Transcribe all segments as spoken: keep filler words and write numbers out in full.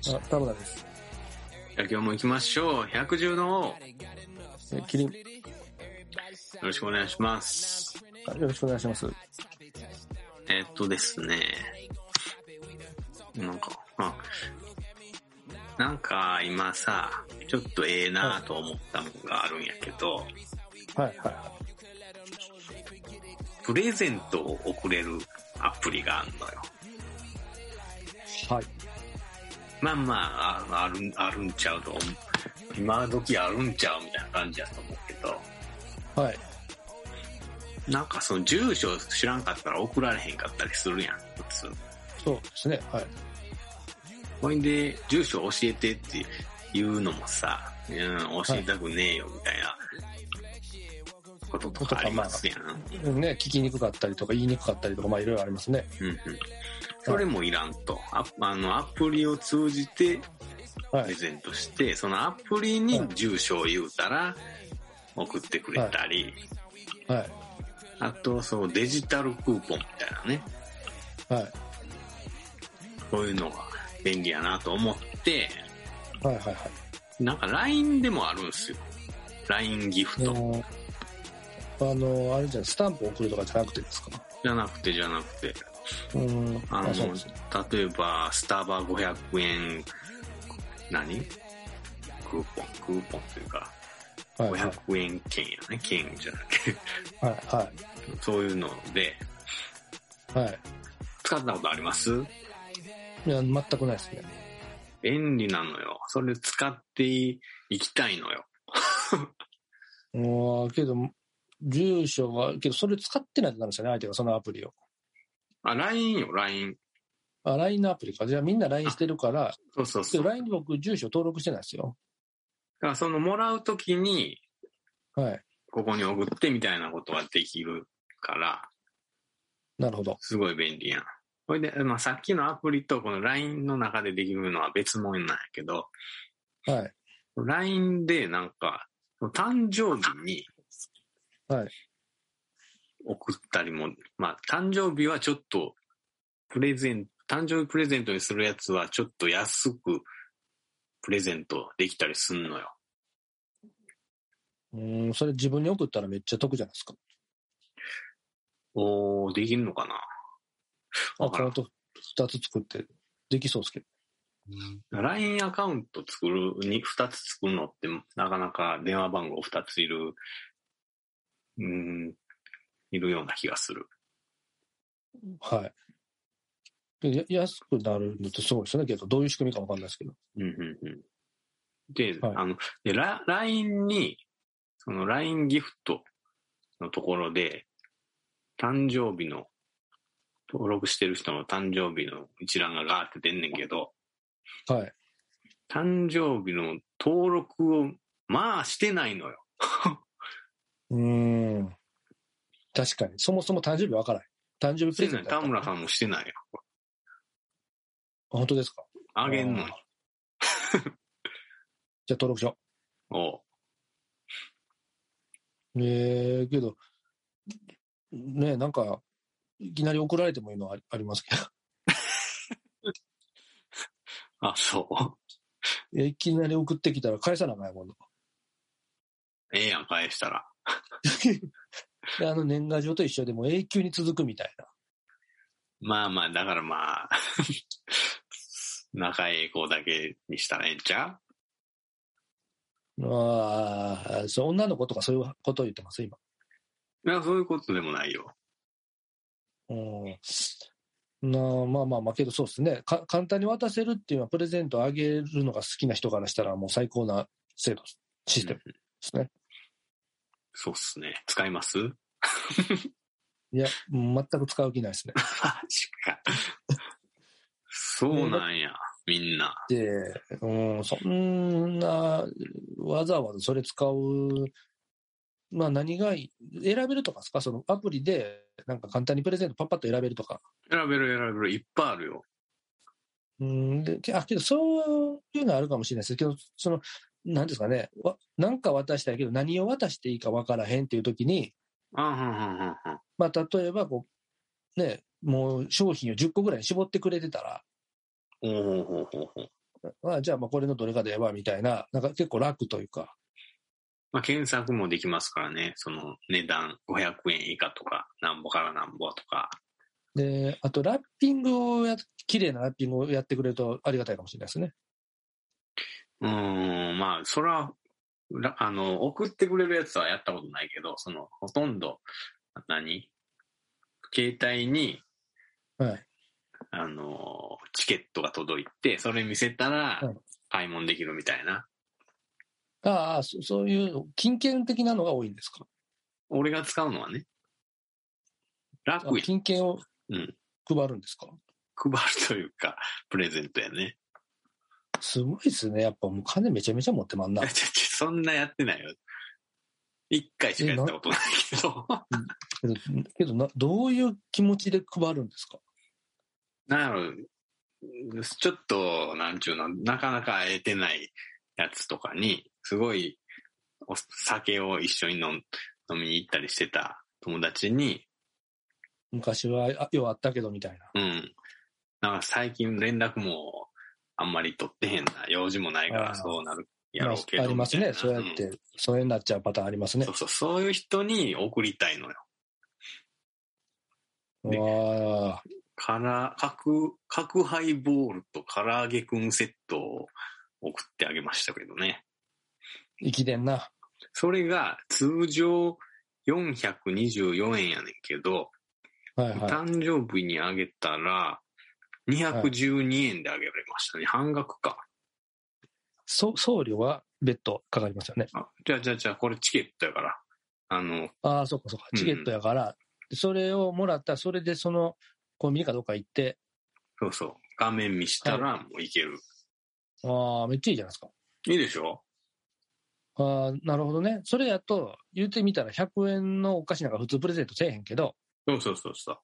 あ、田村です。 じゃあ今日も行きましょう。百獣のえ、キリン。よろしくお願いします。 よろしくお願いします。 えー、っとですね。なんか、あ、なんか今さ、ちょっとええなと思ったのがあるんやけど、 はいはいはい。 プレゼントを送れるアプリがあるのよ。 はい。 まあまあ、あ、ある、あるんちゃうと思う。今時あるんちゃうみたいな感じやと思うけど、 はい。 なんかその住所知らんかったら送られへんかったりするやん、普通。 そうですね。はい。 ほいで、住所教えてっていうのもさ、うん、教えたくねえよみたいなこととかありますやん。 まあ、ね、聞きにくかったりとか言いにくかったりとか、まあいろいろありますね。 うんうん。それもいらんと。あ、あの、アプリを通じてプレゼントして、はい、そのアプリに住所を言うたら送ってくれたり、 はい。はい、 あと、そう、デジタルクーポンみたいなね。 はい。 そういうのが便利やなと思って、 はいはいはい。 なんか ライン でもあるんですよ。ライン ギフト。 あの、あれじゃん、スタンプ送るとかじゃなくてですか？ じゃなくてじゃなくて。 うん。 あの、あ例えば、スタバごひゃくえん、何クーポン、クーポンというか、はいはい、ごひゃくえん券やね。券じゃなくて。 はいはい。そういうので、 はい。 使ったことあります？ いや、全くないですね。 便利なのよ。それ使っていきたいのよ。 ああ、けど、住所は、けどそれ使ってないとダメですよね、相手がそのアプリを。 あ、ライン よ、ライン。 あ、ライン のアプリか。じゃあみんな ライン してるから、 そうそうそう。 ライン に僕住所登録してないですよ。 だからそのもらうときに、 はい。 ここに送ってみたいなことができるから、 なるほど。 すごい便利やん。これで、まあ、さっきのアプリとこの ライン の中でできるのは別物なんやけど、 はい。 ライン でなんか、誕生日に、 はい。 送ったりも、まあ、誕生日はちょっと、プレゼント、誕生日プレゼントにするやつはちょっと安くプレゼントできたりすんのよ。 うん、それ自分に送ったらめっちゃ得じゃないですか。 おー、できるのかな？ アカウントふたつ作ってできそうですけど。 ライン アカウント作るにふたつ作るのってなかなか電話番号ふたついる、うーん、いるような気がする。 はい。で安くなるのってすごいですよね。けど、どういう仕組みかわかんないですけど。 うんうんうん。で、 はい、 あの、で、ライン に、その ライン ギフトのところで、誕生日の、登録してる人の誕生日の一覧がガーって出んねんけど、 はい。 誕生日の登録を、まあしてないのよ。 うーん。確かに。そもそも誕生日わからない。誕生日プレゼント。 田村さんもしてないよ。 本当ですか？ あげんのに。 じゃあ登録しよう。おう。 えー、けど、ねえ、なんか、いきなり送られてもいいのはありますけど。 あ、そう。 いきなり送ってきたら返さなあかんやもん。 ええやん、返したら。 あの年賀状と一緒でも永久に続くみたいな。 まあまあ、だからまあ、仲ええ子だけにしたらええんちゃう？ああ、そう、女の子とかそういうことを言ってます、今。 いや、そういうことでもないよ。 うん。なまあまあまあ、けどそうですね。か簡単に渡せるっていうのは、プレゼントをあげるのが好きな人からしたら、もう最高な制度、システムですね。うん、 そうっすね。使います？ いや、全く使う気ないですね。 マジか。そうなんや、みんな。 で、うん、そんな、わざわざそれ使う、まあ何がいい、選べるとかですか？そのアプリで、なんか簡単にプレゼントパッパッと選べるとか。 選べる選べる、いっぱいあるよ。 うんで、あ、けどそういうのはあるかもしれないですけど、その、なんですかね、わなんか渡したいけど何を渡していいか分からへんっていう時に、 あはんはんはんはん。 まあ例えばこう、ね、もう商品をじゅっこぐらいに絞ってくれてたら、 おほほほほ。 あじゃあまあこれのどれかでええわみたいな、なんか結構楽というか。 まあ、検索もできますからね、その値段ごひゃくえん以下とか、なんぼからなんぼとか。 で、あとラッピングをや、綺麗なラッピングをやってくれるとありがたいかもしれないですね。 うーん、まあ、それは、あの、送ってくれるやつはやったことないけど、その、ほとんど、何携帯に、 はい。 あの、チケットが届いて、それ見せたらはい、 買い物できるみたいな。 ああ、そ、そういう金券的なのが多いんですか？ 俺が使うのはね、楽あ、 や。 金券をうん。 配るんですか？ 配るというか、プレゼントやね。 すごいですね。やっぱもう金めちゃめちゃ持ってまんな。 ちょちょそんなやってないよ。一回しかやったことないけど。 けど、けどな、どういう気持ちで配るんですか？ なんやろ、ちょっと、なんちゅうの、なかなか会えてないやつとかに、すごい、お酒を一緒に飲飲みに行ったりしてた友達に、 昔は、あ、ようあったけどみたいな。 うん。なんか最近連絡もあんまり取ってへんな。用事もないからそうなるやろうけど、 まあ、ありますね。 みたいな。 そうやって、 うん、 そうになっちゃうパターンありますね。 そうそう、そういう人に送りたいのよ。でわあ。 から角、角ハイボールと唐揚げくんセットを送ってあげましたけどね。 生きてんな。 それが通常よんひゃくにじゅうよえんやねんけど、 はいはい。 誕生日にあげたらにひゃくじゅうにえんであげられましたね。はい、半額か。 そ送料は別途かかりますよね。 あ、じゃあじゃあじゃあこれチケットやから。あの、 ああ、そうかそうか。チケットやから、うん、それをもらったら、それでそのコンビニかどっか行って。 そうそう。画面見したらもういける。 はい、ああ、めっちゃいいじゃないですか。 いいでしょ？ ああ、なるほどね。それやと、言ってみたらひゃくえんのお菓子なんか普通プレゼントせえへんけど、 そうそうそうそう。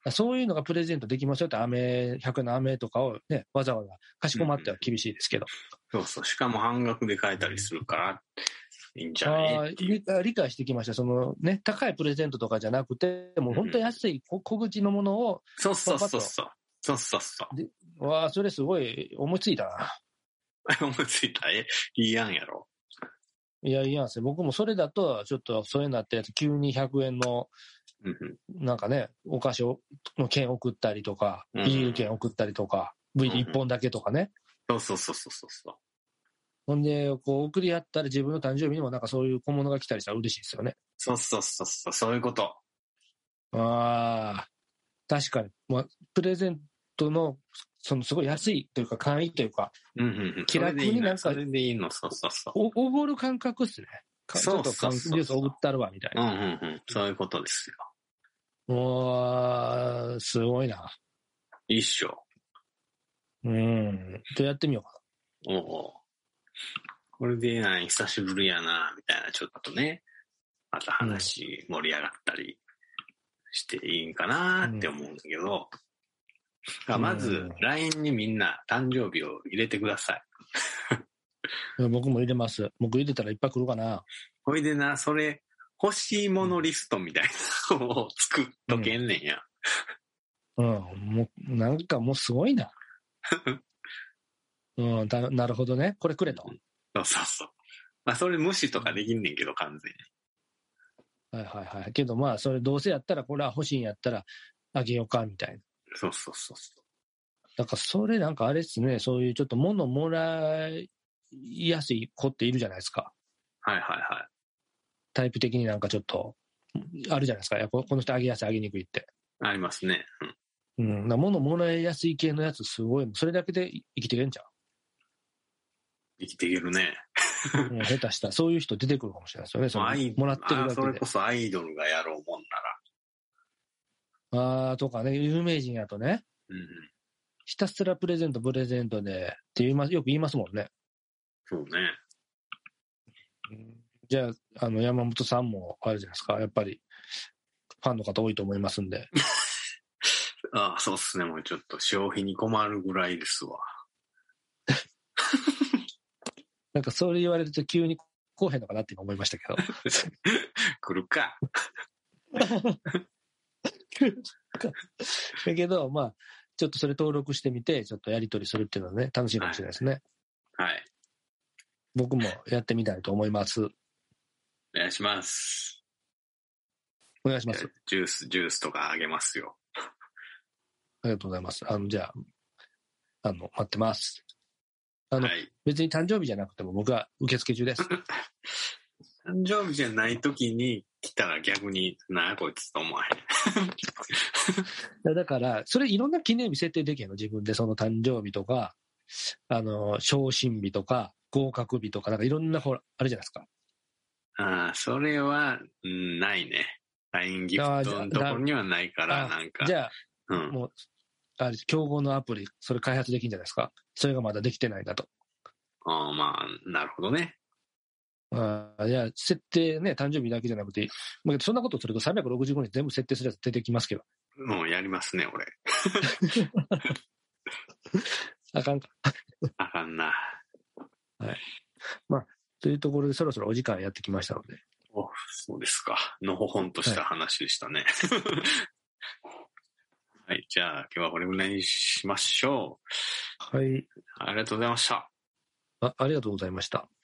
そういうのがプレゼントできますよって、飴、ひゃくえんの飴とかをね、わざわざかしこまっては厳しいですけど。 うんうん、そうそう。しかも半額で買えたりするから、いいんじゃない？ あ理理解してきました。そのね、高いプレゼントとかじゃなくて、もう本当安い小口のものを、 そうそうそうそう。そうそうそう。 わあ、それすごい思いついたな。 思いついた？え、いいやんやろ。 いや、いやんすよ。僕もそれだと、ちょっとそれになったやつ、急にひゃくえんの、なんかね、お菓子をの券送ったりとか、ビール券送ったりとか、ブイいっぽんだけとかね。 そうそうそうそうそう。 ほんで、こう、送り合ったら自分の誕生日にもなんかそういう小物が来たりしたら嬉しいですよね。 そうそうそうそう、そういうこと。 ああ、確かに。まあ、プレゼントの、そのすごい安いというか簡易というか、 うんうんうん、 気楽になんか、 それでいいの、そうそうそう。 お、おごる感覚っすね。ちょっと缶ジュースおごったるわ、みたいな。 うんうんうん、そういうことですよ。もう、すごいな。 いいっしょ。 うん。とやってみようかな。おお。これでな、久しぶりやな、みたいな、ちょっとね、また話盛り上がったりしていいんかなって思うんだけど、うん、まず、ライン にみんな誕生日を入れてください。僕も入れます。僕入れたらいっぱい来るかな。 ほいでな、それ、欲しいものリストみたいなのを作っとけんねんや。 うん、うん、もう、なんかもうすごいな。うん、だなるほどね。これくれと。 うん、そうそうそう。まあ、それ無視とかできんねんけど、完全に。はいはいはい。けどまあ、それどうせやったら、これは欲しいんやったら、あげようか、みたいな。 そうそうそうそう。 だからそれなんかあれっすね、そういうちょっと物もらいやすい子っているじゃないですか。 はいはいはい。 タイプ的になんかちょっと、あるじゃないですか。やっぱこの人あげやすい、あげにくいって。 ありますね。 うん。うん。だ物もらいやすい系のやつすごい、それだけで生きていけんちゃう？ 生きていけるね。 うん、下手したらそういう人出てくるかもしれないですよね。そのもらってるだけで。 それこそアイドルがやろうもんなら。ああ、とかね、有名人やとね。 うん。 ひたすらプレゼント、プレゼントで、って言います、よく言いますもんね。 そうね。 じゃあ、あの、山本さんも、あれじゃないですか、やっぱり、ファンの方多いと思いますんで。 ああ、そうっすね。もうちょっと消費に困るぐらいですわ。 なんか、それ言われると急にこうへんのかなって今思いましたけど。 来るか。 だけど、まあ、 ちょっとそれ登録してみて、ちょっとやり取りするっていうのはね、楽しいかもしれないですね。 はい。はい、 僕もやってみたいと思います。お願いします。 お願いします。 ジュース、ジュースとかあげますよ。 ありがとうございます。あの、じゃあ、あの、待ってます。あの、はい、別に誕生日じゃなくても僕は受付中です。 誕生日じゃない時に来たら逆に、なんやこいつと思わへん。だから、それいろんな記念日設定できるの、自分で。その誕生日とか、あの、昇進日とか、合格日とか、なんかいろんな、ほら、あるじゃないですか。 ああ、それは、うん、ないね。ライン ギフトのところにはないから、なんか。 じゃあ、うん、もう、あれ、競合のアプリ、それ開発できるんじゃないですか。それがまだできてないんだと。 ああ、まあ、なるほどね。 ああ、いや、設定ね、誕生日だけじゃなくて、まあ、そんなことするとさんびゃくろくじゅうごにち全部設定するやつ出てきますけど。 もうやりますね、俺。 あかんか。 あかんな。 はい。まあ、というところでそろそろお時間やってきましたので。 お、そうですか。のほほんとした話でしたね。はい、はい、じゃあ今日はこれぐらいにしましょう。 はい。 ありがとうございました。 あ、ありがとうございました。